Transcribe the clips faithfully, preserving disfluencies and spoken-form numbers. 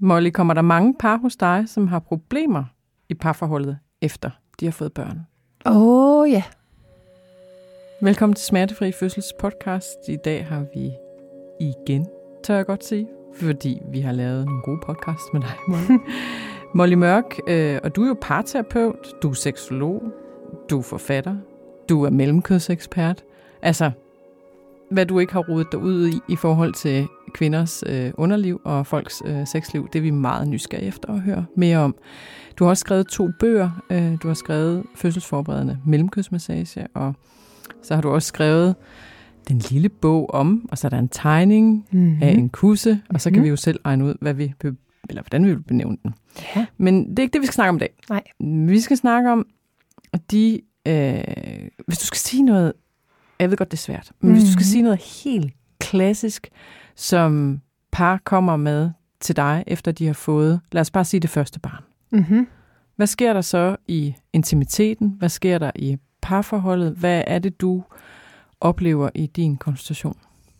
Molly, kommer der mange par hos dig, som har problemer i parforholdet, efter de har fået børn? Åh, oh, ja. Velkommen til Smertefri Fødsels podcast. I dag har vi igen, tør jeg godt sige, fordi vi har lavet nogle gode podcasts med dig, Molly. Molly Mørk, øh, og du er jo parterapeut, du er seksolog, du er forfatter, du er mellemkødsekspert. Altså, hvad du ikke har rodet dig ud i i forhold til kvinders øh, underliv og folks øh, sexliv, det er vi meget nysgerrige efter at høre mere om. Du har også skrevet to bøger. Øh, du har skrevet Fødselsforberedende mellemkødsmassage, og så har du også skrevet den lille bog om, og så er der en tegning mm-hmm. af en kusse, og så kan mm-hmm. vi jo selv regne ud, hvad vi be- eller hvordan vi vil benævne den. Ja. Men det er ikke det, vi skal snakke om i dag. Nej. Vi skal snakke om de, øh, hvis du skal sige noget, jeg ved godt, det er svært, men mm-hmm. hvis du skal sige noget helt klassisk, som par kommer med til dig, efter de har fået, lad os bare sige det første barn. Mm-hmm. Hvad sker der så i intimiteten? Hvad sker der i parforholdet? Hvad er det, du oplever i din konsultation?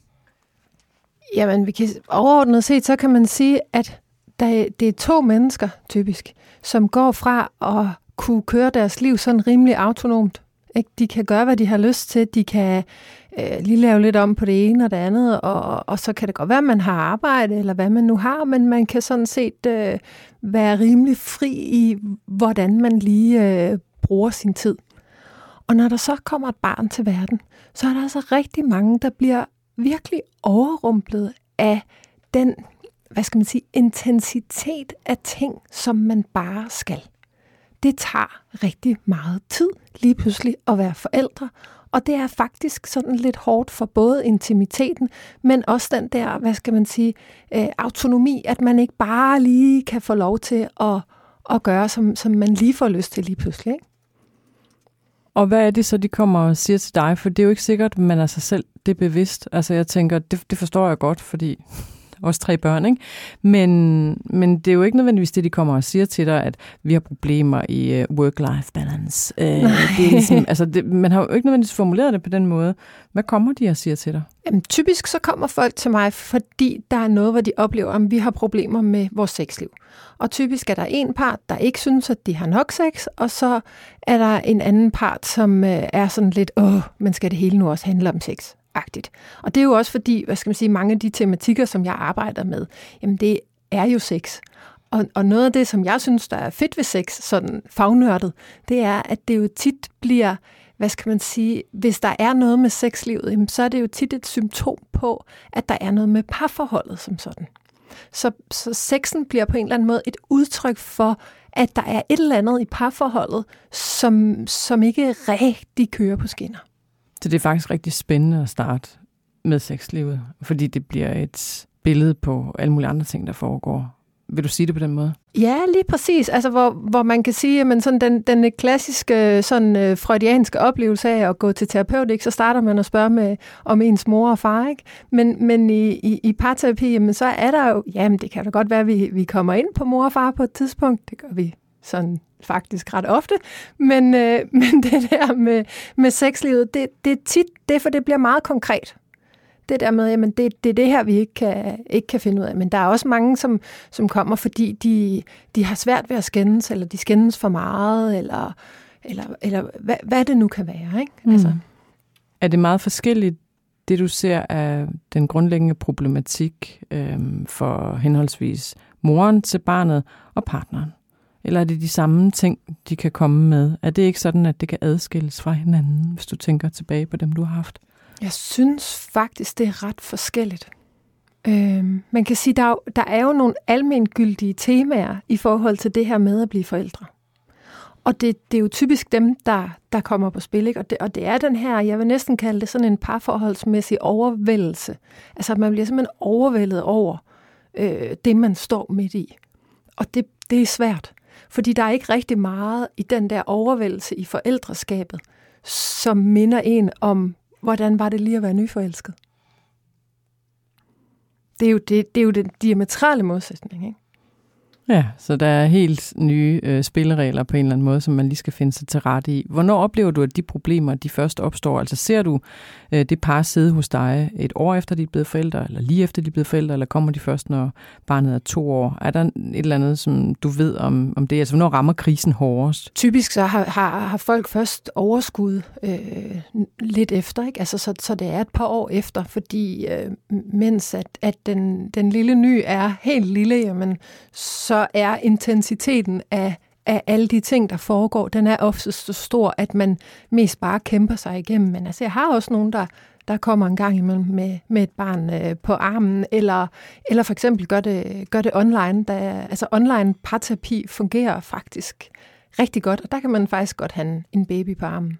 Jamen, vi kan, overordnet set, så kan man sige, at der, det er to mennesker, typisk, som går fra at kunne køre deres liv sådan rimelig autonomt. Ikke? De kan gøre, hvad de har lyst til. De kan øh, lige lave lidt om på det ene og det andet, og, og så kan det godt være, at man har arbejde, eller hvad man nu har, men man kan sådan set øh, være rimelig fri i, hvordan man lige øh, bruger sin tid. Og når der så kommer et barn til verden, så er der altså rigtig mange, der bliver virkelig overrumplet af den, hvad skal man sige, intensitet af ting, som man bare skal. Det tager rigtig meget tid lige pludselig at være forældre, og det er faktisk sådan lidt hårdt for både intimiteten, men også den der, hvad skal man sige, øh, autonomi, at man ikke bare lige kan få lov til at, at gøre, som, som man lige får lyst til lige pludselig, ikke? Og hvad er det så, de kommer og siger til dig? For det er jo ikke sikkert, at man er sig selv det er bevidst. Altså jeg tænker, det, det forstår jeg godt, fordi også tre børn, ikke? Men, men det er jo ikke nødvendigvis det, de kommer og siger til dig, at vi har problemer i uh, work-life balance. Uh, det er ligesom, altså det, man har jo ikke nødvendigvis formuleret det på den måde. Hvad kommer de og siger til dig? Jamen, typisk så kommer folk til mig, fordi der er noget, hvor de oplever, at vi har problemer med vores sexliv. Og typisk er der en part, der ikke synes, at de har nok sex, og så er der en anden part, som øh, er sådan lidt, åh, men skal det hele nu også handle om sex? Agtigt. Og det er jo også fordi, hvad skal man sige, mange af de tematikker, som jeg arbejder med, jamen det er jo sex. Og, og noget af det, som jeg synes, der er fedt ved sex, sådan fagnørdet, det er, at det jo tit bliver, hvad skal man sige, hvis der er noget med sexlivet, jamen, så er det jo tit et symptom på, at der er noget med parforholdet som sådan. Så, så sexen bliver på en eller anden måde et udtryk for, at der er et eller andet i parforholdet, som, som ikke rigtig kører på skinner. Så det er faktisk rigtig spændende at starte med sexlivet, fordi det bliver et billede på alle mulige andre ting, der foregår. Vil du sige det på den måde? Ja, lige præcis. Altså, hvor, hvor man kan sige, at man sådan den, den klassiske sådan, øh, freudianske oplevelse af at gå til terapeut, ikke? Så starter man at spørge med, om ens mor og far. Ikke? Men, men i, i, i parterapi, jamen, så er der jo, jamen det kan da godt være, at vi, vi kommer ind på mor og far på et tidspunkt. Det gør vi sådan faktisk ret ofte. Men, øh, men det der med, med sexlivet, det, det er tit det, for det bliver meget konkret. Det der med, jamen det, det er det her, vi ikke kan, ikke kan finde ud af. Men der er også mange, som, som kommer, fordi de, de har svært ved at skændes, eller de skændes for meget, eller, eller, eller hvad, hvad det nu kan være. Ikke? Mm. Altså. Er det meget forskelligt, det du ser af den grundlæggende problematik øhm, for henholdsvis moren til barnet og partneren? Eller er det de samme ting, de kan komme med? Er det ikke sådan, at det kan adskilles fra hinanden, hvis du tænker tilbage på dem, du har haft? Jeg synes faktisk, det er ret forskelligt. Øhm, man kan sige, der er, der er jo nogle almengyldige temaer i forhold til det her med at blive forældre. Og det, det er jo typisk dem, der, der kommer på spil. Ikke? Og, det, og det er den her, jeg vil næsten kalde det sådan en parforholdsmæssig overvældelse. Altså at man bliver simpelthen overvældet over øh, det, man står midt i. Og det, det er svært. Fordi der er ikke rigtig meget i den der overvældelse i forældreskabet, som minder en om, hvordan var det lige at være nyforelsket. Det er jo, det, det er jo den diametrale modsætning, ikke? Ja, så der er helt nye øh, spilleregler på en eller anden måde, som man lige skal finde sig til rette i. Hvornår oplever du, at de problemer, de først opstår? Altså ser du øh, det par sidde hos dig et år efter, de er blevet forældre, eller lige efter, de er blevet forældre, eller kommer de først, når barnet er to år? Er der et eller andet, som du ved om, om det? Altså, hvornår rammer krisen hårdest? Typisk så har, har, har folk først overskud øh, lidt efter, ikke? Altså, så, så det er et par år efter, fordi øh, mens at, at den, den lille ny er helt lille, jamen, så er intensiteten af, af alle de ting, der foregår, den er ofte så stor, at man mest bare kæmper sig igennem. Men altså, jeg har også nogen, der, der kommer en gang imellem med, med et barn øh, på armen, eller, eller for eksempel gør det, gør det online. Der, altså online parterapi fungerer faktisk rigtig godt, og der kan man faktisk godt have en, en baby på armen.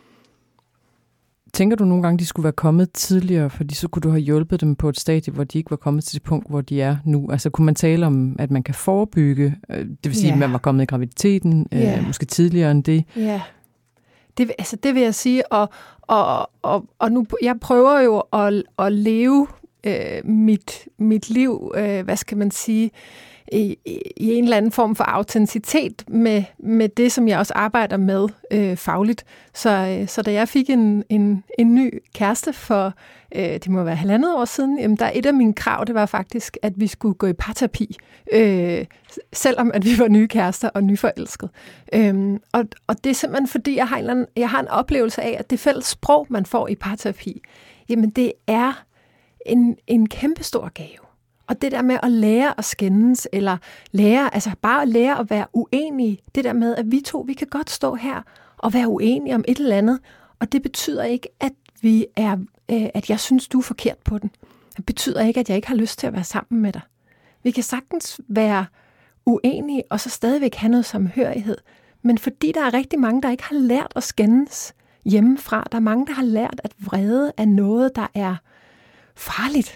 Tænker du nogle gange, de skulle være kommet tidligere, fordi så kunne du have hjulpet dem på et stadie, hvor de ikke var kommet til det punkt, hvor de er nu? Altså kunne man tale om, at man kan forebygge, det vil sige, yeah. at man var kommet i graviditeten, yeah. øh, måske tidligere end det? Ja, yeah. det, altså, det vil jeg sige, og, og, og, og nu, jeg prøver jo at, at leve øh, mit, mit liv, øh, hvad skal man sige, I, i en eller anden form for autenticitet med, med det, som jeg også arbejder med øh, fagligt. Så, så da jeg fik en, en, en ny kæreste for, øh, det må være halvandet år siden, jamen, der er et af mine krav, det var faktisk, at vi skulle gå i parterapi, øh, selvom at vi var nye kærester og nyforelskede. Øhm, og, og det er simpelthen fordi, jeg har, en eller anden, jeg har en oplevelse af, at det fælles sprog, man får i parterapi, jamen det er en, en kæmpestor gave. Og det der med at lære at skændes, eller lære, altså bare at lære at være uenige, det der med, at vi to, vi kan godt stå her og være uenige om et eller andet, og det betyder ikke, at vi er, øh, at jeg synes, du er forkert på den. Det betyder ikke, at jeg ikke har lyst til at være sammen med dig. Vi kan sagtens være uenige, og så stadigvæk have noget samhørighed. Men fordi der er rigtig mange, der ikke har lært at skændes hjemmefra, der er mange, der har lært, at vrede er noget, der er farligt,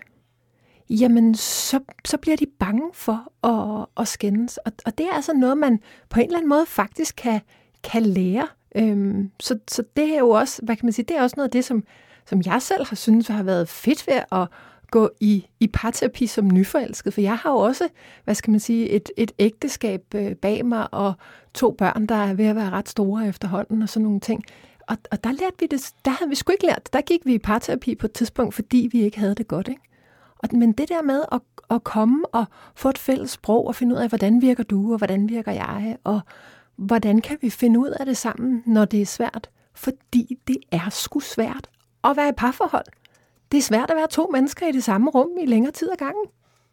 jamen så, så bliver de bange for at, at skændes. Og, og det er altså noget, man på en eller anden måde faktisk kan, kan lære. Øhm, så, så det er jo også, hvad kan man sige, det er også noget af det, som, som jeg selv har syntes har været fedt ved at gå i, i parterapi som nyforelsket. For jeg har jo også, hvad skal man sige, et, et ægteskab bag mig, og to børn, der er ved at være ret store efterhånden, og sådan nogle ting. Og, og der lærte vi det, der havde vi sgu ikke lært det. Der gik vi i parterapi på et tidspunkt, fordi vi ikke havde det godt, ikke? Men det der med at, at komme og få et fælles sprog og finde ud af, hvordan virker du, og hvordan virker jeg, og hvordan kan vi finde ud af det sammen, når det er svært? Fordi det er sgu svært at være i parforhold. Det er svært at være to mennesker i det samme rum i længere tid ad gangen.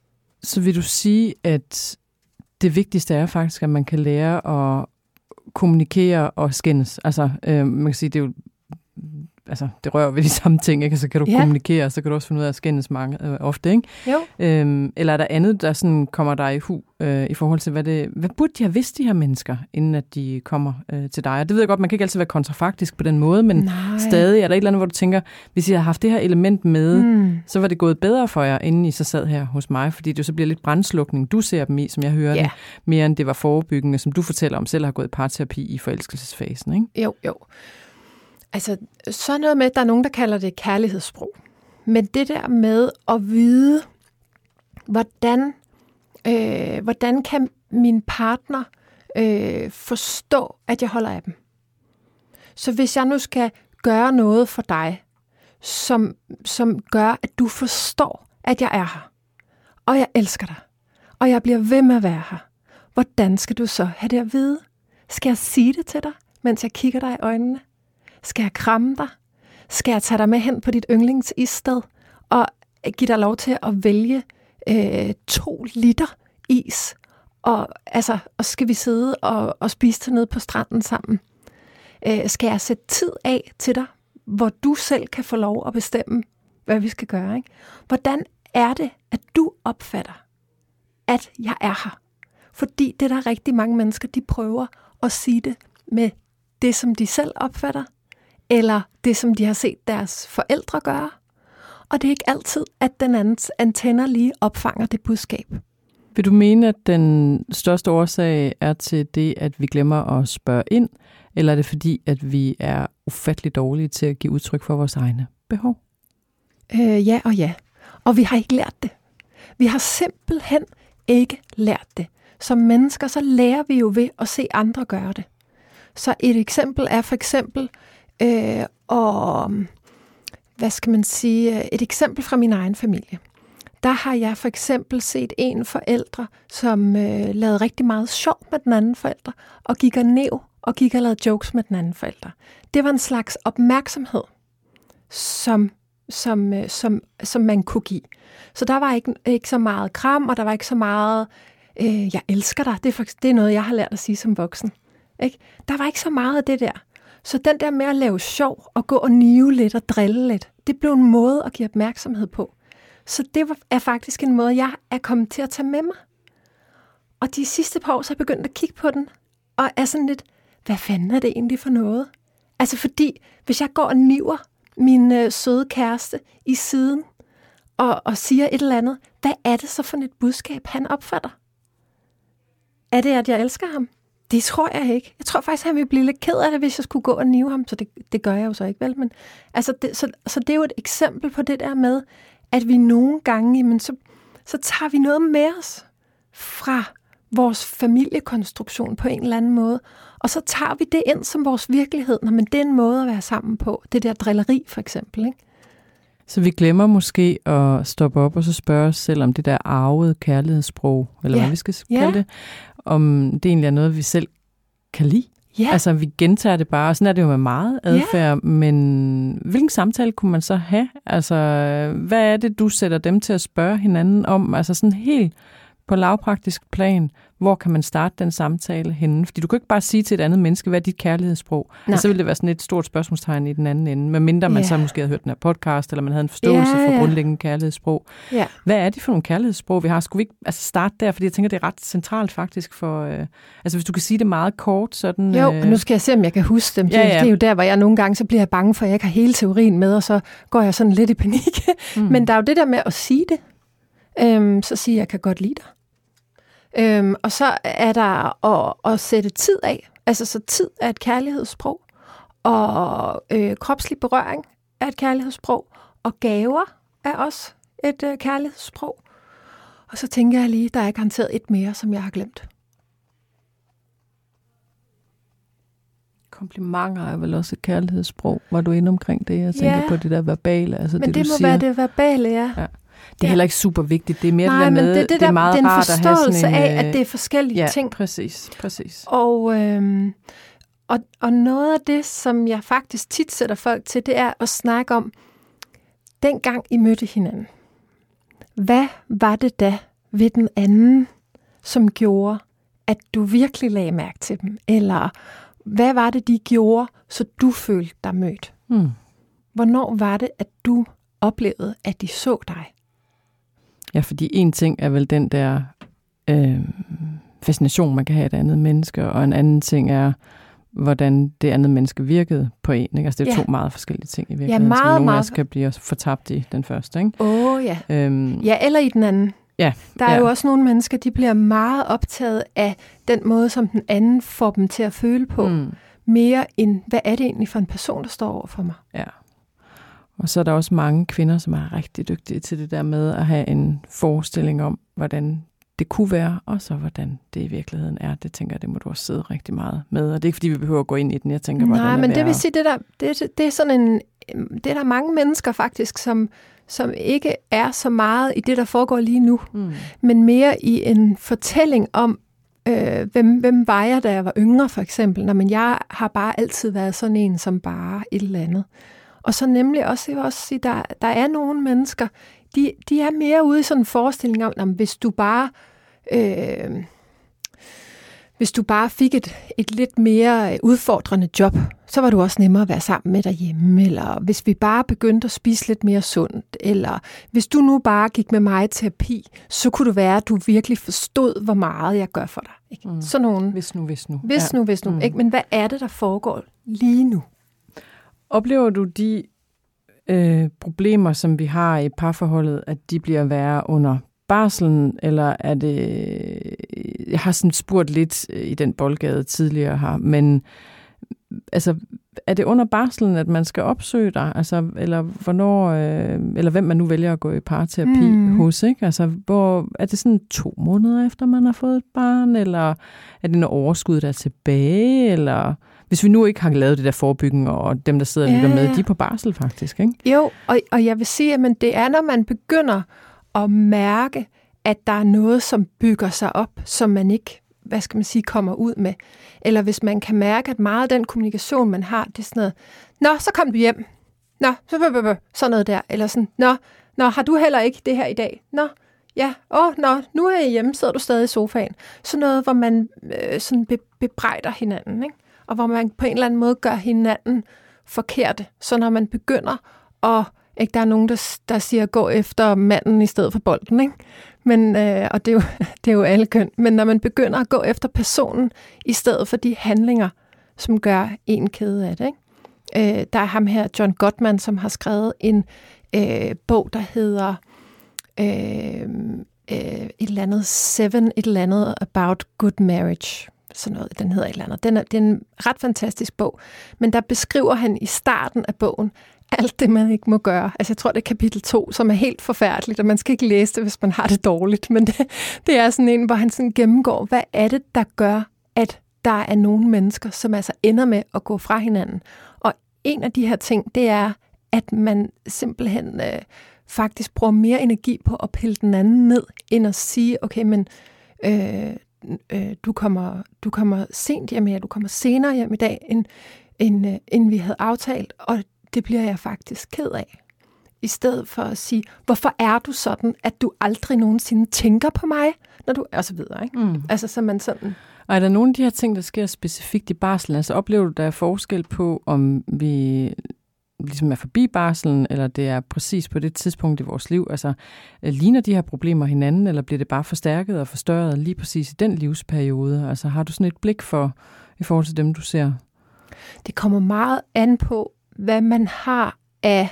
Så vil du sige, at det vigtigste er faktisk, at man kan lære at kommunikere og skændes? Altså, øh, man kan sige, det er jo altså, det rører ved de samme ting, ikke? Så kan du ja. kommunikere, og så kan du også finde ud af at skændes mange, øh, ofte, ikke? Jo. Øhm, eller er der andet, der sådan kommer dig i hu øh, i forhold til, hvad det, hvad burde de have vidst, de her mennesker, inden at de kommer øh, til dig? Og det ved jeg godt, man kan ikke altid være kontrafaktisk på den måde, men Nej. stadig er der et eller andet, hvor du tænker, hvis I havde haft det her element med, mm. så var det gået bedre for jer, inden I så sad her hos mig, fordi det så bliver lidt brandslukning, du ser dem i, som jeg hører yeah. det, mere end det var forebyggende, som du fortæller om, selv har gået i parterapi i forelskelsesfasen, ikke? Jo, jo. Altså, så noget med, at der er nogen, der kalder det kærlighedssprog. Men det der med at vide, hvordan, øh, hvordan kan min partner øh, forstå, at jeg holder af dem. Så hvis jeg nu skal gøre noget for dig, som, som gør, at du forstår, at jeg er her, og jeg elsker dig, og jeg bliver ved med at være her, hvordan skal du så have det at vide? Skal jeg sige det til dig, mens jeg kigger dig i øjnene? Skal jeg kramme dig? Skal jeg tage dig med hen på dit yndlingsissted og give dig lov til at vælge øh, to liter is? Og, altså, og skal vi sidde og, og spise til nede på stranden sammen? Øh, skal jeg sætte tid af til dig, hvor du selv kan få lov at bestemme, hvad vi skal gøre? Ikke? Hvordan er det, at du opfatter, at jeg er her? Fordi det er der rigtig mange mennesker, de prøver at sige det med det, som de selv opfatter, eller det, som de har set deres forældre gøre. Og det er ikke altid, at den andens antenner lige opfanger det budskab. Vil du mene, at den største årsag er til det, at vi glemmer at spørge ind, eller er det fordi, at vi er ufattelig dårlige til at give udtryk for vores egne behov? Øh, ja og ja. Og vi har ikke lært det. Vi har simpelthen ikke lært det. som mennesker, så lærer vi jo ved at se andre gøre det. Så et eksempel er for eksempel, øh, og, hvad skal man sige, et eksempel fra min egen familie. Der har jeg for eksempel set en forælder, som øh, lavede rigtig meget sjov med den anden forælder, og gik og næv, og gik og lavede jokes med den anden forælder. Det var en slags opmærksomhed, som, som, øh, som, som man kunne give. Så der var ikke, ikke så meget kram, og der var ikke så meget, øh, jeg elsker dig. Det er, faktisk, det er noget, jeg har lært at sige som voksen. Ikke? Der var ikke så meget af det der. Så den der med at lave sjov, og gå og nive lidt og drille lidt, det blev en måde at give opmærksomhed på. Så det er faktisk en måde, jeg er kommet til at tage med mig. Og de sidste par år, så er jeg begyndt at kigge på den, og er sådan lidt, hvad fanden er det egentlig for noget? Altså fordi, hvis jeg går og niver min øh, søde kæreste i siden, og, og siger et eller andet, hvad er det så for et budskab, han opfatter? Er det, at jeg elsker ham? Det tror jeg ikke. Jeg tror faktisk, at han ville blive lidt ked af det, hvis jeg skulle gå og nive ham, så det, det gør jeg jo så ikke, vel? Men, altså det, så, så det er jo et eksempel på det der med, at vi nogle gange, jamen, så, så tager vi noget med os fra vores familiekonstruktion på en eller anden måde, og så tager vi det ind som vores virkelighed, når man det er en måde at være sammen på. Det der drilleri for eksempel, ikke? Så vi glemmer måske at stoppe op og så spørge os selv om det der arvede kærlighedssprog, eller ja. hvad vi skal kalde ja. det, om det egentlig er noget, vi selv kan lide. Ja. Altså, vi gentager det bare, og sådan er det jo med meget adfærd, ja. men hvilken samtale kunne man så have? Altså, hvad er det, du sætter dem til at spørge hinanden om? Altså sådan helt på lavpraktisk plan, hvor kan man starte den samtale henne? Fordi du kan ikke bare sige til et andet menneske, hvad er dit kærlighedssprog? Altså, så ville det være sådan et stort spørgsmålstegn i den anden ende, medmindre man ja. så måske havde hørt den her podcast, eller man havde en forståelse ja, ja. for grundlæggende kærlighedssprog. Ja. Hvad er det for nogle kærlighedssprog, vi har? Skulle vi ikke altså starte der? Fordi jeg tænker, det er ret centralt faktisk for... Øh, altså, hvis du kan sige det meget kort, sådan... Jo, øh, nu skal jeg se, om jeg kan huske dem. Ja, ja. Det er jo der, hvor jeg nogle gange, så bliver jeg bange for, at jeg ikke har hele teorien med, og så går jeg sådan lidt i panik. Mm. Men der er jo det der med at sige det. Øhm, så siger jeg, jeg kan godt lide dig. Øhm, og så er der at, at sætte tid af. Altså så tid er et kærlighedssprog, og øh, kropslig berøring er et kærlighedssprog, og gaver er også et øh, kærlighedssprog. Og så tænker jeg lige, der er garanteret et mere, som jeg har glemt. Komplimenter er vel også et kærlighedssprog. Var du inde omkring det? Jeg tænker ja. på det der verbale. Altså men det, det du må siger. være det verbale, ja. ja. Det er ja. heller ikke super vigtigt. Det er mere Nej, det der med, men det, det, der, det er meget det er en rart at have forståelse sådan en... af, at det er forskellige ja, ting. præcis, præcis. Og, øhm, og, og noget af det, som jeg faktisk tit sætter folk til, det er at snakke om, dengang I mødte hinanden. Hvad var det da ved den anden, som gjorde, at du virkelig lagde mærke til dem? Eller hvad var det, de gjorde, så du følte dig mødt? Hmm. Hvornår var det, at du oplevede, at de så dig? Ja, fordi en ting er vel den der øh, fascination, man kan have af et andet menneske, og en anden ting er, hvordan det andet menneske virkede på en. Ikke? Altså det er ja. to meget forskellige ting i virkeligheden, ja, meget, som nogle af os kan blive fortabt i den første. Ikke? Åh oh, ja. Øhm, ja, eller i den anden. Ja, der er ja. jo også nogle mennesker, de bliver meget optaget af den måde, som den anden får dem til at føle på, mm. mere end, hvad er det egentlig for en person, der står over for mig? Ja. Og så er der også mange kvinder, som er rigtig dygtige til det der med at have en forestilling om, hvordan det kunne være, og så hvordan det i virkeligheden er. Det tænker jeg, det må du også sidde rigtig meget med. Og det er ikke, fordi vi behøver at gå ind i den. Jeg tænker, Nej, men det vil sige, det, der, det, det er sådan en... Det er der mange mennesker faktisk, som, som ikke er så meget i det, der foregår lige nu, mm. men mere i en fortælling om, øh, hvem, hvem var jeg, da jeg var yngre, for eksempel. Nå, men jeg har bare altid været sådan en, som bare et eller andet. Og så nemlig også, jeg vil også sige, der, der er nogle mennesker, de, de er mere ude i sådan en forestilling om, om hvis du bare... Øh, hvis du bare fik et, et lidt mere udfordrende job, så var du også nemmere at være sammen med derhjemme, eller hvis vi bare begyndte at spise lidt mere sundt, eller hvis du nu bare gik med mig i terapi, så kunne det være, at du virkelig forstod, hvor meget jeg gør for dig. Ikke? Mm. Sådan nogle, hvis nu, hvis nu. Hvis ja. nu, hvis nu. Mm. Ikke? Men hvad er det, der foregår lige nu? Oplever du de øh, problemer, som vi har i parforholdet, at de bliver værre under barslen, eller er det... Jeg har sådan spurgt lidt i den boldgade tidligere her, men altså, er det under barslen, at man skal opsøge dig? Altså, eller hvornår, øh, eller hvem man nu vælger at gå i parterapi mm. hos, ikke? Altså, hvor, er det sådan to måneder efter, man har fået et barn? Eller er det noget overskud, der er tilbage? Eller hvis vi nu ikke har lavet det der forebyggende, og dem, der sidder og lytter ja, ja. med, de er på barsel faktisk, ikke? Jo, og, og jeg vil sige, at det er, når man begynder at mærke, at der er noget, som bygger sig op, som man ikke, hvad skal man sige, kommer ud med. Eller hvis man kan mærke, at meget af den kommunikation, man har, det er sådan noget, nå, så kom du hjem. Nå, så sådan noget der. Eller sådan, nå, nå, har du heller ikke det her i dag? Nå, ja, åh, nå, nu er jeg hjemme, sidder du stadig i sofaen. Sådan noget, hvor man øh, sådan be- bebrejder hinanden, ikke? Og hvor man på en eller anden måde gør hinanden forkerte. Så når man begynder at, ikke, der er nogen, der, der siger, gå efter manden i stedet for bolden, ikke? Men, øh, og det er, jo, det er jo alle køn. Men når man begynder at gå efter personen, i stedet for de handlinger, som gør en kede af det, ikke? Øh, der er ham her, John Gottman, som har skrevet en øh, bog, der hedder øh, øh, et eller andet Seven, et eller andet About Good Marriage. Sådan noget, den hedder et eller andet. Den er, det er en ret fantastisk bog. Men der beskriver han i starten af bogen, alt det, man ikke må gøre. Altså, jeg tror, det er kapitel to, som er helt forfærdeligt, og man skal ikke læse det, hvis man har det dårligt. Men det, det er sådan en, hvor han sådan gennemgår, hvad er det, der gør, at der er nogle mennesker, som altså ender med at gå fra hinanden. Og en af de her ting, det er, at man simpelthen øh, faktisk bruger mere energi på at pille den anden ned, end at sige, okay, men øh, øh, du, kommer, du kommer sent hjem her, du kommer senere hjem i dag, end, end, øh, end vi havde aftalt, og det bliver jeg faktisk ked af. I stedet for at sige, hvorfor er du sådan, at du aldrig nogensinde tænker på mig, når du er så videre, ikke? Mm. Altså, så man sådan... Og er der nogle af de her ting, der sker specifikt i barslen? Altså, oplever du, der er forskel på, om vi ligesom er forbi barslen, eller det er præcis på det tidspunkt i vores liv? Altså, ligner de her problemer hinanden, eller bliver det bare forstærket og forstørret lige præcis i den livsperiode? Altså, har du sådan et blik for, i forhold til dem, du ser? Det kommer meget an på, hvad man har af,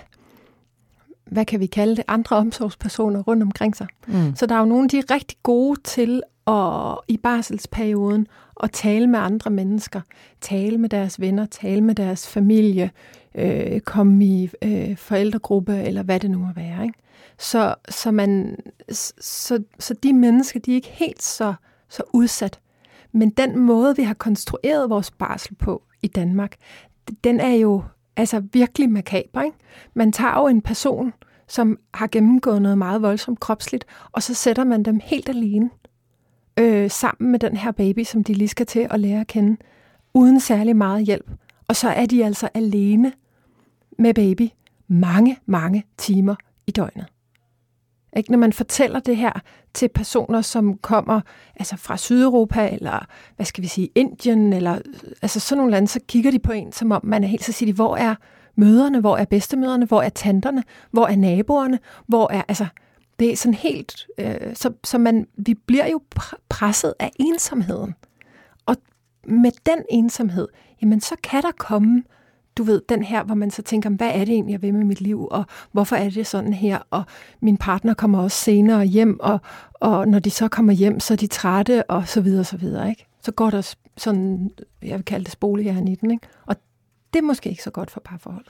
hvad kan vi kalde det, andre omsorgspersoner rundt omkring sig. Mm. Så der er jo nogle, de er rigtig gode til at, i barselsperioden at tale med andre mennesker, tale med deres venner, tale med deres familie, øh, komme i øh, forældregruppe, eller hvad det nu må være, ikke? Så, så, man, så, så de mennesker, de er ikke helt så, så udsat. Men den måde, vi har konstrueret vores barsel på i Danmark, den er jo altså virkelig makaber, ikke? Man tager jo en person, som har gennemgået noget meget voldsomt kropsligt, og så sætter man dem helt alene øh, sammen med den her baby, som de lige skal til at lære at kende, uden særlig meget hjælp. Og så er de altså alene med baby mange, mange timer i døgnet. Ikke? Når man fortæller det her til personer, som kommer altså fra Sydeuropa, eller hvad skal vi sige, Indien, eller altså sådan nogle lande, så kigger de på en, som om man er helt, så siger de, hvor er mødrene, hvor er bedstemødrene, hvor er tanterne, hvor er naboerne, hvor er, altså, det er sådan helt, øh, så, så man, vi bliver jo presset af ensomheden. Og med den ensomhed, jamen så kan der komme, du ved, den her, hvor man så tænker, hvad er det egentlig, jeg vil med mit liv, og hvorfor er det sådan her, og min partner kommer også senere hjem, og, og når de så kommer hjem, så er de trætte, og så videre, så videre, ikke? Så går der sådan, jeg vil kalde det spolehjern i den, ikke? Og det er måske ikke så godt for parforholdet.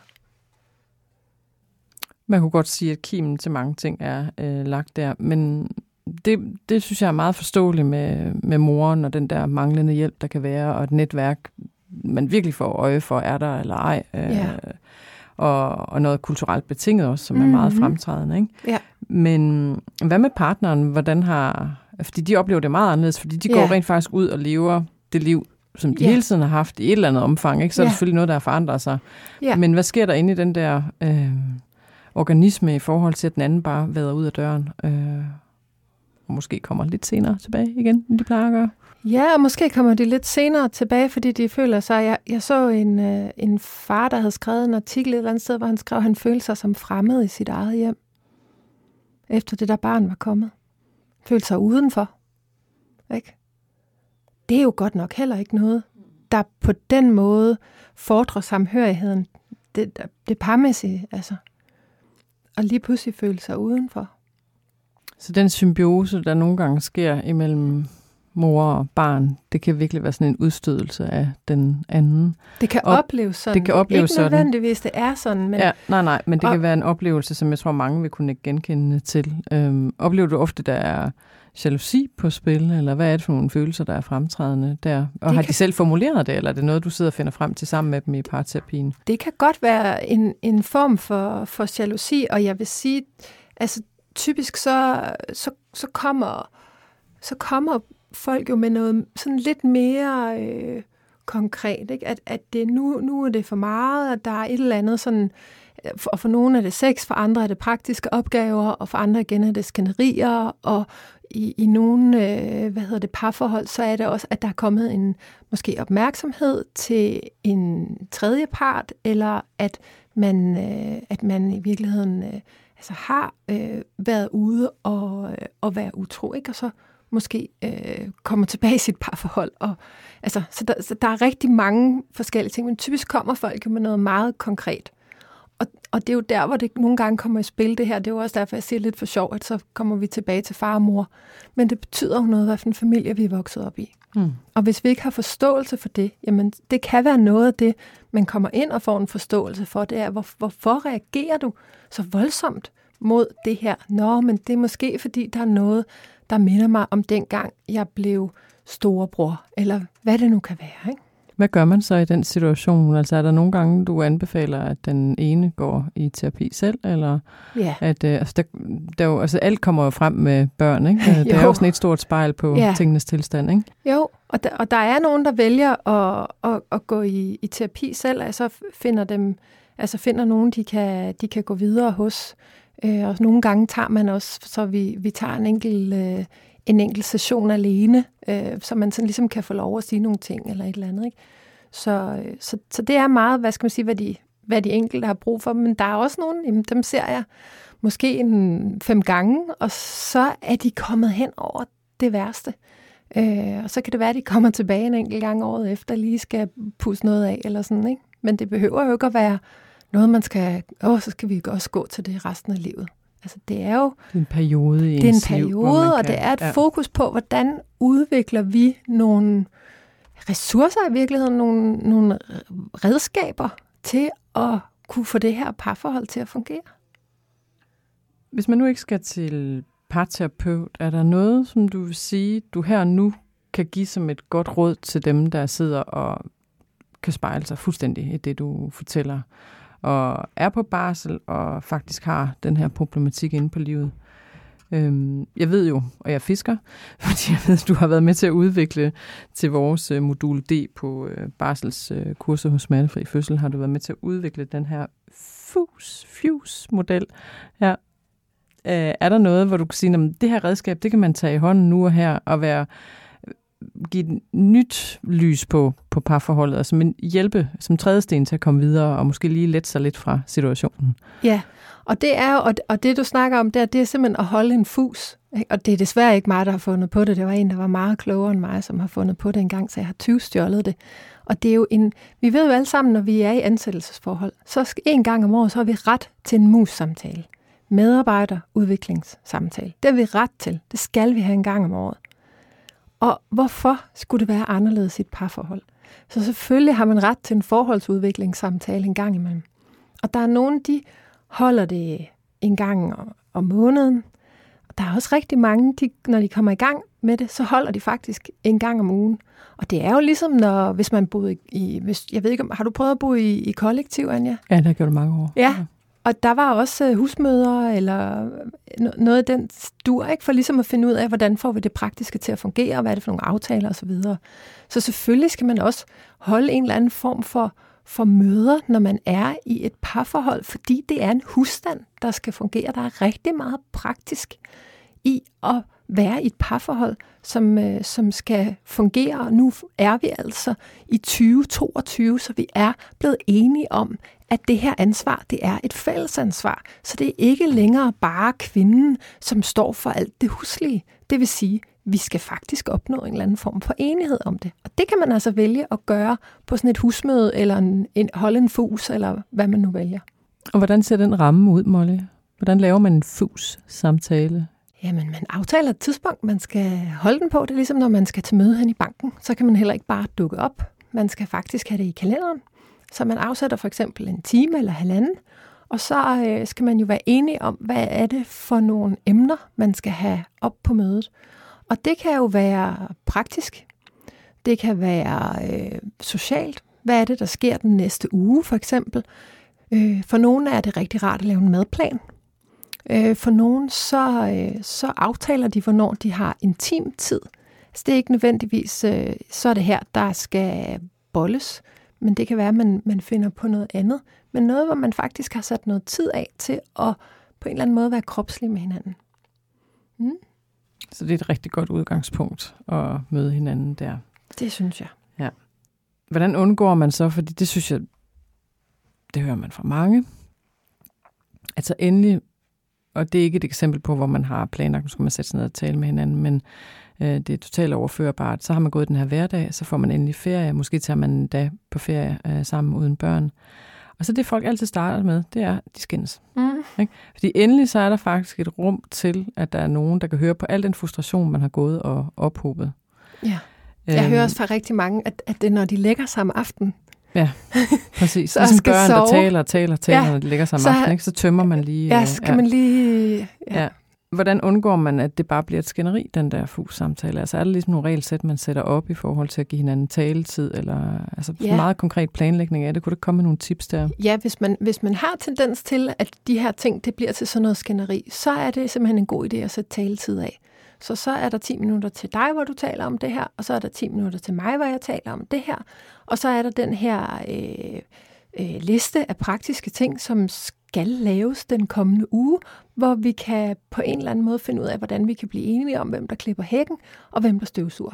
Man kunne godt sige, at kimen til mange ting er øh, lagt der, men det, det synes jeg er meget forståeligt med, med moren, og den der manglende hjælp, der kan være, og et netværk, man virkelig får øje for, er der eller ej. Øh, ja. og, og noget kulturelt betinget også, som mm-hmm. er meget fremtrædende. Ikke? Ja. Men hvad med partneren? Hvordan har... Fordi de oplever det meget anderledes, fordi de ja. går rent faktisk ud og lever det liv, som de ja. hele tiden har haft i et eller andet omfang. Ikke? Så ja. er det selvfølgelig noget, der har forandret sig. Ja. Men hvad sker der inde i den der øh, organisme i forhold til, at den anden bare vader ud af døren? Øh, og måske kommer lidt senere tilbage igen, end de plejer at gøre? Ja, og måske kommer de lidt senere tilbage, fordi de føler sig... Jeg, jeg så en, øh, en far, der havde skrevet en artikel et eller andet sted, hvor han skrev, at han følte sig som fremmed i sit eget hjem. Efter det der barn var kommet. Følte sig udenfor. Ikke? Det er jo godt nok heller ikke noget, der på den måde fordrer samhørigheden. Det, det parmæssige, altså. Og lige pludselig føle sig udenfor. Så den symbiose, der nogle gange sker imellem mor og barn, det kan virkelig være sådan en udstødelse af den anden. Det kan og opleves sådan. Det kan opleves ikke nødvendigvis, det er sådan. Men ja, nej, nej, men det og, kan være en oplevelse, som jeg tror, mange vil kunne genkende til. Øhm, oplever du ofte, der er jalousi på spil, eller hvad er det for nogle følelser, der er fremtrædende der? Og har kan, de selv formuleret det, eller er det noget, du sidder og finder frem til sammen med dem i parterapien? Det kan godt være en, en form for, for jalousi, og jeg vil sige, altså typisk så, så, så, kommer, så kommer folk jo med noget sådan lidt mere øh, konkret, ikke? At, at det nu, nu er det for meget, at der er et eller andet sådan, og for nogle er det sex, for andre er det praktiske opgaver, og for andre igen er det skænderier, og i, i nogle øh, hvad hedder det, parforhold, så er det også, at der er kommet en måske opmærksomhed til en tredje part, eller at man, øh, at man i virkeligheden øh, altså har øh, været ude og, øh, og være utro, ikke? Og så måske øh, kommer tilbage i sit parforhold. Og, altså, så, der, så der er rigtig mange forskellige ting, men typisk kommer folk jo med noget meget konkret. Og, og det er jo der, hvor det nogle gange kommer i spil, det her. Det er jo også derfor, jeg siger lidt for sjov, at så kommer vi tilbage til far og mor. Men det betyder jo noget, hvad for en familie vi er vokset op i. Mm. Og hvis vi ikke har forståelse for det, jamen det kan være noget af det, man kommer ind og får en forståelse for, det er, hvor, hvorfor reagerer du så voldsomt mod det her? Nå, men det er måske, fordi der er noget, der minder mig om dengang, jeg blev storebror, eller hvad det nu kan være, ikke? Hvad gør man så i den situation? Altså er der nogle gange, du anbefaler, at den ene går i terapi selv, eller ja. at øh, altså, der, der jo, altså alt kommer jo frem med børn, ikke? Det er jo sådan et stort spejl på ja. tingenes tilstand, ikke? Jo, og der, og der er nogen, der vælger at, at, at gå i, i terapi selv, altså finder dem, altså finder nogen, de kan, de kan gå videre hos. Øh, og nogle gange tager man også, så vi, vi tager en enkelt øh, en enkelt session alene, øh, så man sådan ligesom kan få lov at sige nogle ting eller et eller andet, ikke? Så, så, så det er meget, hvad skal man sige, hvad de, hvad de enkelte har brug for, men der er også nogle, jamen, dem ser jeg måske en fem gange, og så er de kommet hen over det værste. Øh, og så kan det være, at de kommer tilbage en enkelt gang året efter, lige skal pusse noget af eller sådan, ikke? Men det behøver jo ikke at være noget, man skal, åh, så skal vi også gå til det resten af livet. Altså, det er jo det er en periode i det er en ens periode, liv, hvor man og kan, det er et ja. fokus på, hvordan udvikler vi nogle ressourcer i virkeligheden, nogle, nogle redskaber til at kunne få det her parforhold til at fungere. Hvis man nu ikke skal til parterapeut, er der noget, som du vil sige, du her og nu kan give som et godt råd til dem, der sidder og kan spejle sig fuldstændig i det, du fortæller, og er på barsel og faktisk har den her problematik inde på livet? Øhm, jeg ved jo, og jeg fisker, fordi jeg ved, at du har været med til at udvikle til vores øh, modul D på øh, barselskurset øh, hos Smertefri Fødsel, har du været med til at udvikle den her fuse-model. Ja. Øh, er der noget, hvor du kan sige, at det her redskab, det kan man tage i hånden nu og her, og være, give et nyt lys på, på parforholdet, og som en hjælpe, som trædesten til at komme videre, og måske lige lette sig lidt fra situationen? Ja, og det er jo, og det du snakker om der, det er simpelthen at holde en fus. Og det er desværre ikke mig, der har fundet på det. Det var en, der var meget klogere end mig, som har fundet på det engang, så jeg har tyvstjålet det. Og det er jo en, vi ved jo alle sammen, når vi er i ansættelsesforhold, så en gang om året, så har vi ret til en mus-samtale. Medarbejderudviklingssamtale. Det har vi ret til. Det skal vi have en gang om året. Og hvorfor skulle det være anderledes i et parforhold? Så selvfølgelig har man ret til en forholdsudviklingssamtale en gang imellem. Og der er nogen, de holder det en gang om måneden. Og der er også rigtig mange, de, når de kommer i gang med det, så holder de faktisk en gang om ugen. Og det er jo ligesom, når, hvis man boede i, hvis, jeg ved ikke, har du prøvet at bo i, i kollektiv, Anja? Ja, det har gjort mange år. Ja, og der var også husmødre, eller noget af den dur, ikke, for ligesom at finde ud af, hvordan får vi det praktiske til at fungere, og hvad er det for nogle aftaler osv. Så, så selvfølgelig skal man også holde en eller anden form for, for møder, når man er i et parforhold, fordi det er en husstand, der skal fungere. Der er rigtig meget praktisk i at være i et parforhold, som, øh, som skal fungere. Og nu er vi altså i tyve toogtyve, så vi er blevet enige om, at det her ansvar, det er et fælles ansvar. Så det er ikke længere bare kvinden, som står for alt det huslige. Det vil sige, vi skal faktisk opnå en eller anden form for enighed om det. Og det kan man altså vælge at gøre på sådan et husmøde, eller en, en, holde en fus, eller hvad man nu vælger. Og hvordan ser den ramme ud, Molly? Hvordan laver man en fus-samtale? Jamen, man aftaler et tidspunkt, man skal holde den på. Det er ligesom, når man skal til møde hen i banken. Så kan man heller ikke bare dukke op. Man skal faktisk have det i kalenderen. Så man afsætter for eksempel en time eller halvanden. Og så øh, skal man jo være enige om, hvad er det for nogle emner, man skal have op på mødet. Og det kan jo være praktisk. Det kan være øh, socialt. Hvad er det, der sker den næste uge, for eksempel? Øh, for nogle er det rigtig rart at lave en madplan. Øh, for nogle så, øh, så aftaler de, hvornår de har intim tid. Altså, det er ikke nødvendigvis, øh, så er det her, der skal bolles. Men det kan være, at man, man finder på noget andet. Men noget, hvor man faktisk har sat noget tid af til at på en eller anden måde være kropslig med hinanden. Mm. Så det er et rigtig godt udgangspunkt at møde hinanden der. Det synes jeg. Ja. Hvordan undgår man så, fordi det synes jeg, det hører man fra mange. Altså endelig, og det er ikke et eksempel på, hvor man har planlagt, nu skal man sætte sig ned og tale med hinanden, men øh, det er totalt overførbart. Så har man gået den her hverdag, så får man endelig ferie. Måske tager man en dag på ferie øh, sammen uden børn. Og så det folk altid starter med, det er, de skændes. Mm. Ikke? Fordi endelig så er der faktisk et rum til, at der er nogen, der kan høre på al den frustration, man har gået og ophobet. Ja. Jeg øhm, hører også fra rigtig mange, at, at det når de lægger sig om aftenen. Ja, præcis. så ligesom børn, sove. der taler og taler og taler, ja, når de lægger sig om aftenen, ikke? Så tømmer man lige. Ja, så kan ja. man lige... Ja. Ja. Hvordan undgår man, at det bare bliver et skænderi, den der fus-samtale? Altså er der ligesom nogle regelsæt, man sætter op i forhold til at give hinanden taletid, eller altså ja. meget konkret planlægning af det? Kunne du komme med nogle tips der? Ja, hvis man, hvis man har tendens til, at de her ting, det bliver til sådan noget skænderi, så er det simpelthen en god idé at sætte taletid af. Så så er der ti minutter til dig, hvor du taler om det her, og så er der ti minutter til mig, hvor jeg taler om det her. Og så er der den her øh, øh, liste af praktiske ting, som skal laves den kommende uge, hvor vi kan på en eller anden måde finde ud af, hvordan vi kan blive enige om, hvem der klipper hækken, og hvem der støvsuger.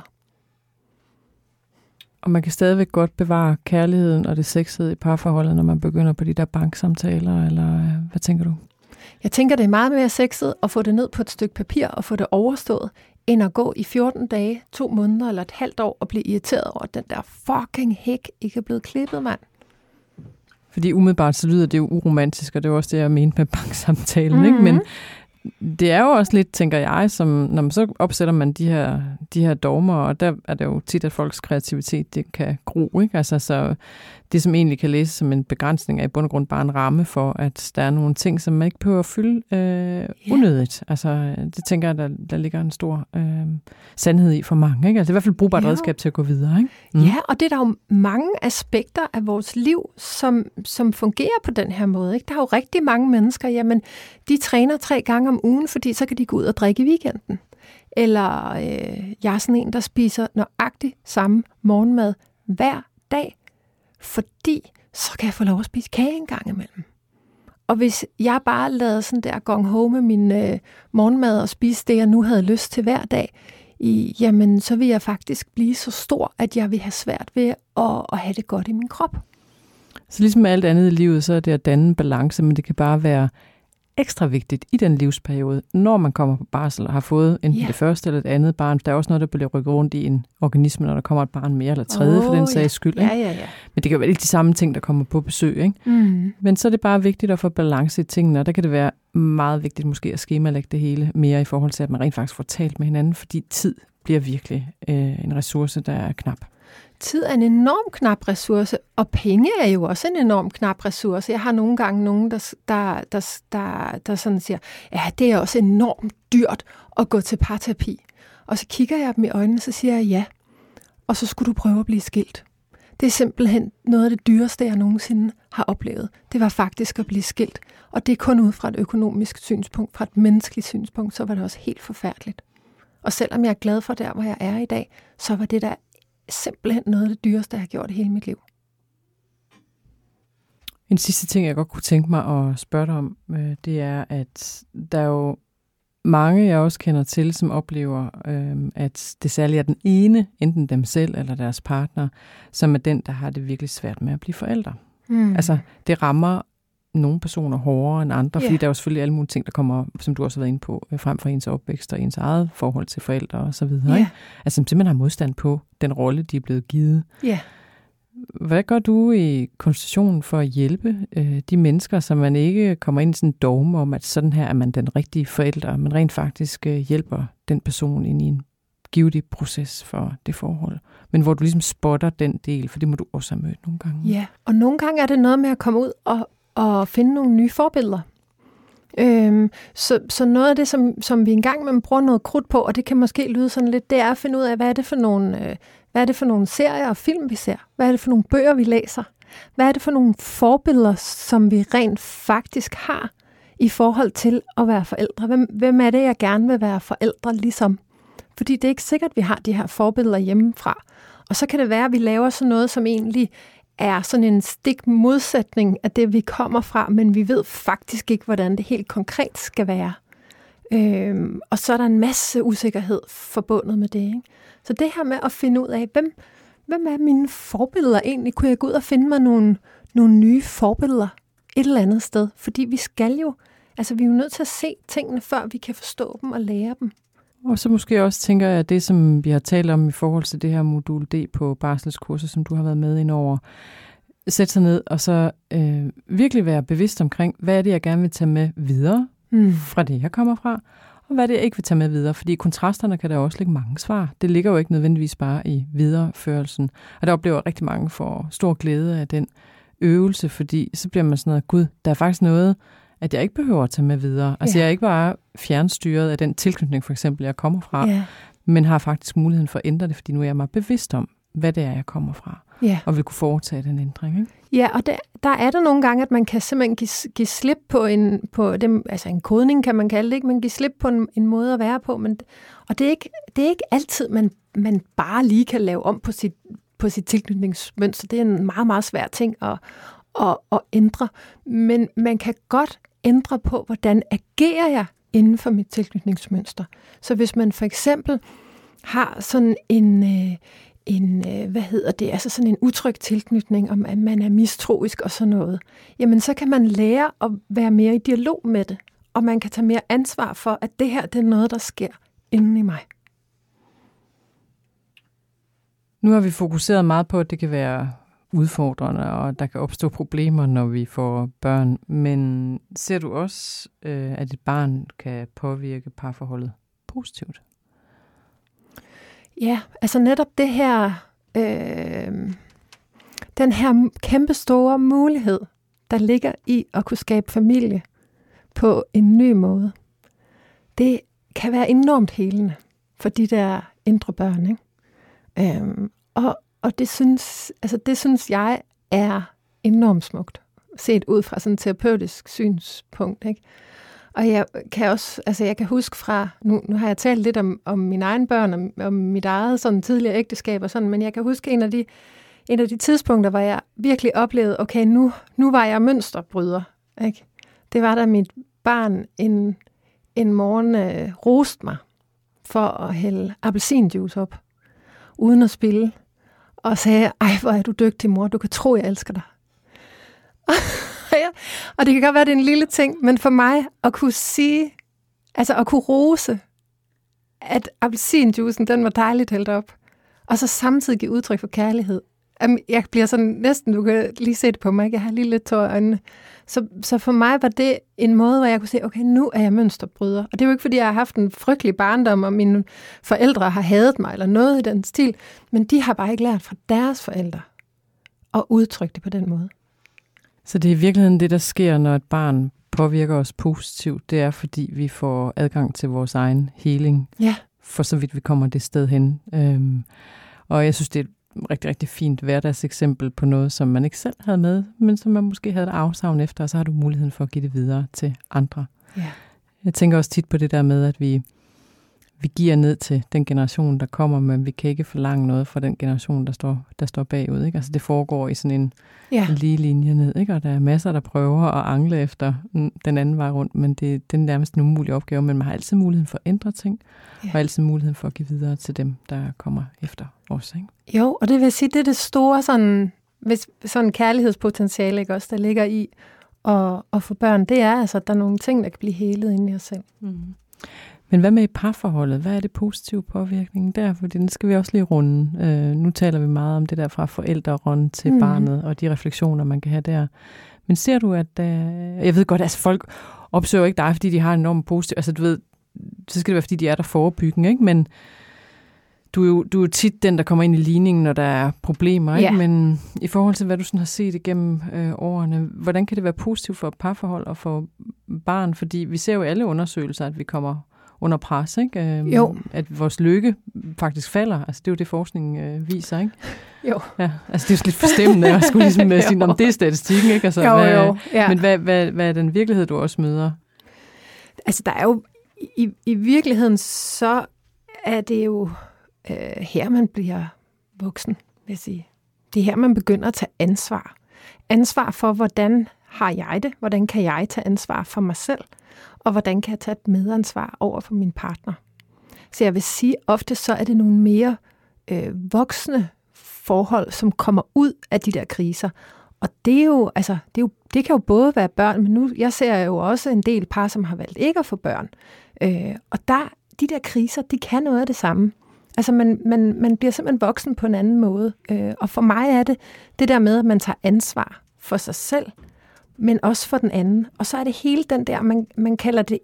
Og man kan stadigvæk godt bevare kærligheden og det sexede i parforholdet, når man begynder på de der banksamtaler, eller hvad tænker du? Jeg tænker, det er meget mere sexet at få det ned på et stykke papir og få det overstået, end at gå i fjorten dage, to måneder eller et halvt år og blive irriteret over, at den der fucking hæk ikke er blevet klippet, mand. Fordi umiddelbart så lyder det jo uromantisk, og det er også det, jeg mente med banksamtalen, mm-hmm. ikke? Men det er jo også lidt, tænker jeg, som når man så opsætter man de her, de her dogmer, og der er det jo tit, at folks kreativitet det kan gro, ikke? Altså, så det, som egentlig kan læses som en begrænsning, er i bund og grund bare en ramme for, at der er nogle ting, som man ikke behøver at fylde øh, yeah. unødigt. Altså, det tænker jeg, der, der ligger en stor øh, sandhed i for mange, ikke? Altså, det er i hvert fald et brugbart redskab til at gå videre, ikke? Mm. Ja, og det er der jo mange aspekter af vores liv, som, som fungerer på den her måde, ikke? Der er jo rigtig mange mennesker, jamen, de træner tre gange om ugen, fordi så kan de gå ud og drikke i weekenden. Eller øh, jeg er sådan en, der spiser nøjagtigt samme morgenmad hver dag, fordi så kan jeg få lov at spise kage en gang imellem. Og hvis jeg bare lavede sådan der gong ho med min øh, morgenmad og spise det, jeg nu havde lyst til hver dag, i, jamen så vil jeg faktisk blive så stor, at jeg vil have svært ved at, at have det godt i min krop. Så ligesom med alt andet i livet, så er det at danne en balance, men det kan bare være ekstra vigtigt i den livsperiode, når man kommer på barsel og har fået enten yeah. det første eller det andet barn. Der er også noget, der bliver rykket rundt i en organisme, når der kommer et barn mere eller tredje, oh, for den sags skyld. Ja, ja, ja. Men det kan være ikke de samme ting, der kommer på besøg. Ikke? Mm. Men så er det bare vigtigt at få balance i tingene, og der kan det være meget vigtigt måske at skemalægge det hele mere i forhold til, at man rent faktisk får talt med hinanden, fordi tid bliver virkelig øh, en ressource, der er knap. Tid er en enorm knap ressource, og penge er jo også en enorm knap ressource. Jeg har nogle gange nogen, der, der, der, der, der sådan siger, ja, det er også enormt dyrt at gå til parterapi. Og så kigger jeg dem i øjnene, så siger jeg ja. Og så skulle du prøve at blive skilt. Det er simpelthen noget af det dyreste, jeg nogensinde har oplevet. Det var faktisk at blive skilt. Og det er kun ud fra et økonomisk synspunkt, fra et menneskeligt synspunkt, så var det også helt forfærdeligt. Og selvom jeg er glad for der, hvor jeg er i dag, så var det der simpelthen noget af det dyreste, jeg har gjort i hele mit liv. En sidste ting, jeg godt kunne tænke mig at spørge dig om, det er, at der er jo mange, jeg også kender til, som oplever, at det særligt er den ene, enten dem selv eller deres partner, som er den, der har det virkelig svært med at blive forældre. Mm. Altså, det rammer nogle personer hårdere end andre, yeah. fordi der er jo selvfølgelig alle mulige ting, der kommer, som du også har været inde på, frem fra ens opvækst og ens eget forhold til forældre og så videre. Yeah. Ikke? Altså, som simpelthen har modstand på den rolle, de er blevet givet. Yeah. Hvad gør du i konsultationen for at hjælpe øh, de mennesker, så man ikke kommer ind i sådan en dogme om, at sådan her er man den rigtige forælder, men rent faktisk øh, hjælper den person ind i en givetig proces for det forhold, men hvor du ligesom spotter den del, for det må du også have mødt nogle gange. Ja, og nogle gange er det noget med at komme ud og, og finde nogle nye forbilleder. Øhm, så, så noget af det, som, som vi engang med bruger noget krudt på, og det kan måske lyde sådan lidt, det er at finde ud af, hvad er det for nogle, øh, hvad er det for nogle serier og film, vi ser? Hvad er det for nogle bøger, vi læser? Hvad er det for nogle forbilleder, som vi rent faktisk har i forhold til at være forældre? Hvem, hvem er det, jeg gerne vil være forældre ligesom? Fordi det er ikke sikkert, at vi har de her forbilleder hjemmefra. Og så kan det være, at vi laver sådan noget, som egentlig er sådan en stik modsætning af det, vi kommer fra, men vi ved faktisk ikke, hvordan det helt konkret skal være. Øhm, og så er der en masse usikkerhed forbundet med det. Ikke? Så det her med at finde ud af, hvem, hvem er mine forbilleder egentlig? Kunne jeg gå ud og finde mig nogle, nogle nye forbilleder et eller andet sted? Fordi vi skal jo, altså vi er jo nødt til at se tingene, før vi kan forstå dem og lære dem. Og så måske også tænker jeg, at det, som vi har talt om i forhold til det her modul D på barselskurset, som du har været med ind over, sætte sig ned og så øh, virkelig være bevidst omkring, hvad er det, jeg gerne vil tage med videre mm. fra det, jeg kommer fra, og hvad er det, jeg ikke vil tage med videre. Fordi i kontrasterne kan der også ligge mange svar. Det ligger jo ikke nødvendigvis bare i videreførelsen. Og der oplever rigtig mange for stor glæde af den øvelse, fordi så bliver man sådan noget, gud, der er faktisk noget, at jeg ikke behøver at tage med videre. Altså, ja. Jeg er ikke bare fjernstyret af den tilknytning, for eksempel, jeg kommer fra, ja. men har faktisk muligheden for at ændre det, fordi nu er jeg meget bevidst om, hvad det er, jeg kommer fra, ja. og vil kunne foretage den ændring. Ikke? Ja, og der, der er der nogle gange, at man kan simpelthen give, give slip på en, på dem, altså en kodning, kan man kalde det, ikke? Man kan give slip på en, en måde at være på, men, og det er ikke, det er ikke altid, man, man bare lige kan lave om på sit, på sit tilknytningsmønster. Det er en meget, meget svær ting at, at, at ændre, men man kan godt ændre på, hvordan agerer jeg inden for mit tilknytningsmønster. Så hvis man for eksempel har sådan en, øh, en øh, hvad hedder det, altså sådan en utryg tilknytning, om at man er mistroisk og sådan noget, jamen så kan man lære at være mere i dialog med det, og man kan tage mere ansvar for, at det her, det er noget, der sker inden i mig. Nu har vi fokuseret meget på, at det kan være udfordrende, og der kan opstå problemer, når vi får børn. Men ser du også, øh, at et barn kan påvirke parforholdet positivt? Ja, altså netop det her, øh, den her kæmpe store mulighed, der ligger i at kunne skabe familie på en ny måde, det kan være enormt helende for de der indre børn, ikke? Øh, og Og det synes, altså det synes jeg er enormt smukt, set ud fra sådan et terapeutisk synspunkt, ikke? Og jeg kan også, altså jeg kan huske fra, nu, nu har jeg talt lidt om, om mine egne børn, om, om mit eget sådan tidligere ægteskab og sådan, men jeg kan huske en af de, en af de tidspunkter, hvor jeg virkelig oplevede, okay, nu, nu var jeg mønsterbryder, ikke? Det var da mit barn en, en morgen øh, roste mig for at hælde appelsinjuice op, uden at spille. Og sagde, ej, hvor er du dygtig, mor. Du kan tro, jeg elsker dig. Ja, og det kan godt være, det er en lille ting, men for mig at kunne sige, altså at kunne rose, at appelsinjuicen, den var dejligt hældt op, og så samtidig give udtryk for kærlighed. Jeg bliver sådan næsten, du kan lige se det på mig, jeg har lige lidt tår i øjnene. Så, så for mig var det en måde, hvor jeg kunne sige, okay, nu er jeg mønsterbryder. Og det er jo ikke, fordi jeg har haft en frygtelig barndom, og mine forældre har hadet mig, eller noget i den stil, men de har bare ikke lært fra deres forældre at udtrykke det på den måde. Så det er i virkeligheden det, der sker, når et barn påvirker os positivt, det er, fordi vi får adgang til vores egen healing, ja. for så vidt vi kommer det sted hen. Øhm, og jeg synes, det er rigtig, rigtig fint hverdagseksempel på noget, som man ikke selv havde med, men som man måske havde et afsavn efter, og så har du muligheden for at give det videre til andre. Ja. Jeg tænker også tit på det der med, at vi, vi giver ned til den generation, der kommer, men vi kan ikke forlange noget fra den generation, der står, der står bagud. Ikke? Altså det foregår i sådan en, ja. en lige linje ned, ikke? Og der er masser, der prøver at angle efter den anden vej rundt, men det, det er nærmest en umulig opgave, men man har altid muligheden for at ændre ting, ja. og altid muligheden for at give videre til dem, der kommer efter os. Ikke? Jo, og det vil sige, det er det store sådan, hvis, sådan kærlighedspotentiale, ikke også, der ligger i at, at få børn, det er altså, at der er nogle ting, der kan blive helet inde i os selv. Mm. Men hvad med i parforholdet? Hvad er det positive påvirkning der? Fordi den skal vi også lige runde. Øh, nu taler vi meget om det der fra forældrerollen til mm. barnet, og de refleksioner, man kan have der. Men ser du, at... Øh, jeg ved godt, altså folk opsøger ikke dig, fordi de har en enormt positiv... Altså du ved, så skal det være, fordi de er der forebyggende, ikke? Men du er, jo, du er jo tit den, der kommer ind i ligningen, når der er problemer, ikke? Ja. Men i forhold til, hvad du sådan har set igennem øh, årene, hvordan kan det være positivt for parforhold og for barn? Fordi vi ser jo alle undersøgelser, at vi kommer under pres, ikke? Øh, jo. At vores lykke faktisk falder. Altså det er jo det, forskningen øh, viser, ikke? Jo. Ja, altså det er jo lidt forstemmende, at jeg skulle ligesom sige, om det er statistikken, ikke? Altså, jo, hvad, jo. Ja. Men hvad, hvad, hvad er den virkelighed, du også møder? Altså der er jo, i, i virkeligheden, så er det jo øh, her, man bliver voksen, vil jeg sige. Det er her, man begynder at tage ansvar. Ansvar for, hvordan har jeg det? Hvordan kan jeg tage ansvar for mig selv? Og hvordan kan jeg tage et medansvar over for min partner? Så jeg vil sige, ofte så er det nogle mere øh, voksne forhold, som kommer ud af de der kriser. Og det er jo, altså, det, er jo, det kan jo både være børn, men nu jeg ser jo også en del par, som har valgt ikke at få børn. Øh, og der, de der kriser, de kan noget af det samme. Altså man, man, man bliver simpelthen voksen på en anden måde. Øh, og for mig er det det der med, at man tager ansvar for sig selv, men også for den anden. Og så er det hele den der, man, man kalder det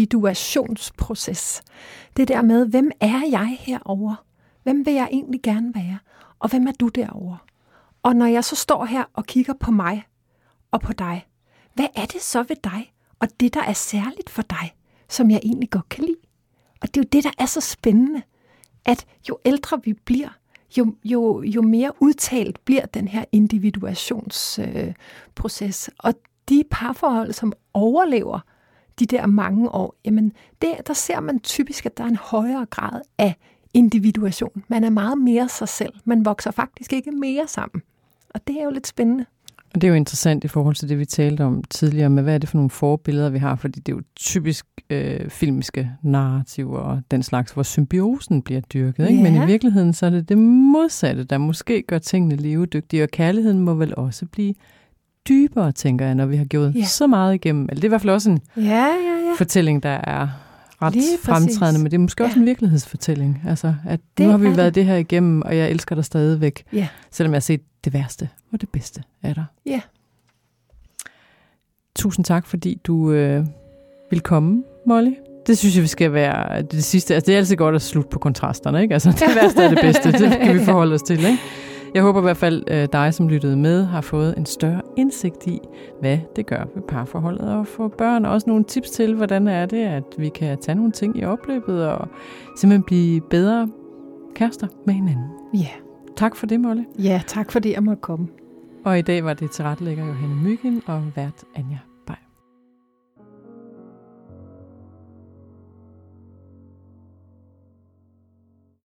individuationsproces. Det der med, hvem er jeg herovre? Hvem vil jeg egentlig gerne være? Og hvem er du derovre? Og når jeg så står her og kigger på mig og på dig, hvad er det så ved dig? Og det, der er særligt for dig, som jeg egentlig godt kan lide. Og det er jo det, der er så spændende, at jo ældre vi bliver, jo, jo, jo mere udtalt bliver den her individuationsproces. Øh, og de parforhold, som overlever de der mange år, jamen det, der ser man typisk, at der er en højere grad af individuation. Man er meget mere sig selv. Man vokser faktisk ikke mere sammen. Og det er jo lidt spændende. Og det er jo interessant i forhold til det, vi talte om tidligere, med hvad er det for nogle forbilleder, vi har, fordi det er jo typisk øh, filmiske narrativer og den slags, hvor symbiosen bliver dyrket. Ikke? Ja. Men i virkeligheden så er det det modsatte, der måske gør tingene levedygtige, og kærligheden må vel også blive dybere, tænker jeg, når vi har gjort ja. så meget igennem. Eller det er i hvert fald også en ja, ja, ja. fortælling, der er ret fremtrædende, men det er måske ja. også en virkelighedsfortælling. Altså, at det nu har vi været det. det her igennem, og jeg elsker dig stadigvæk, ja. selvom jeg har set det værste og det bedste af dig. Ja. Tusind tak, fordi du øh, vil komme, Molly. Det synes jeg, vi skal være det sidste. Altså, det er altid godt at slutte på kontrasterne, ikke? Altså, det værste er det bedste. Det kan vi forholde os til, ikke? Jeg håber i hvert fald, at dig, som lyttede med, har fået en større indsigt i, hvad det gør ved parforholdet og for børn. Og også nogle tips til, hvordan er det, at vi kan tage nogle ting i opløbet og simpelthen blive bedre kærester med hinanden. Ja. Yeah. Tak for det, Molly. Ja, tak fordi jeg måtte komme. Og i dag var det tilrettelægger Johanne Myggen og vært Anja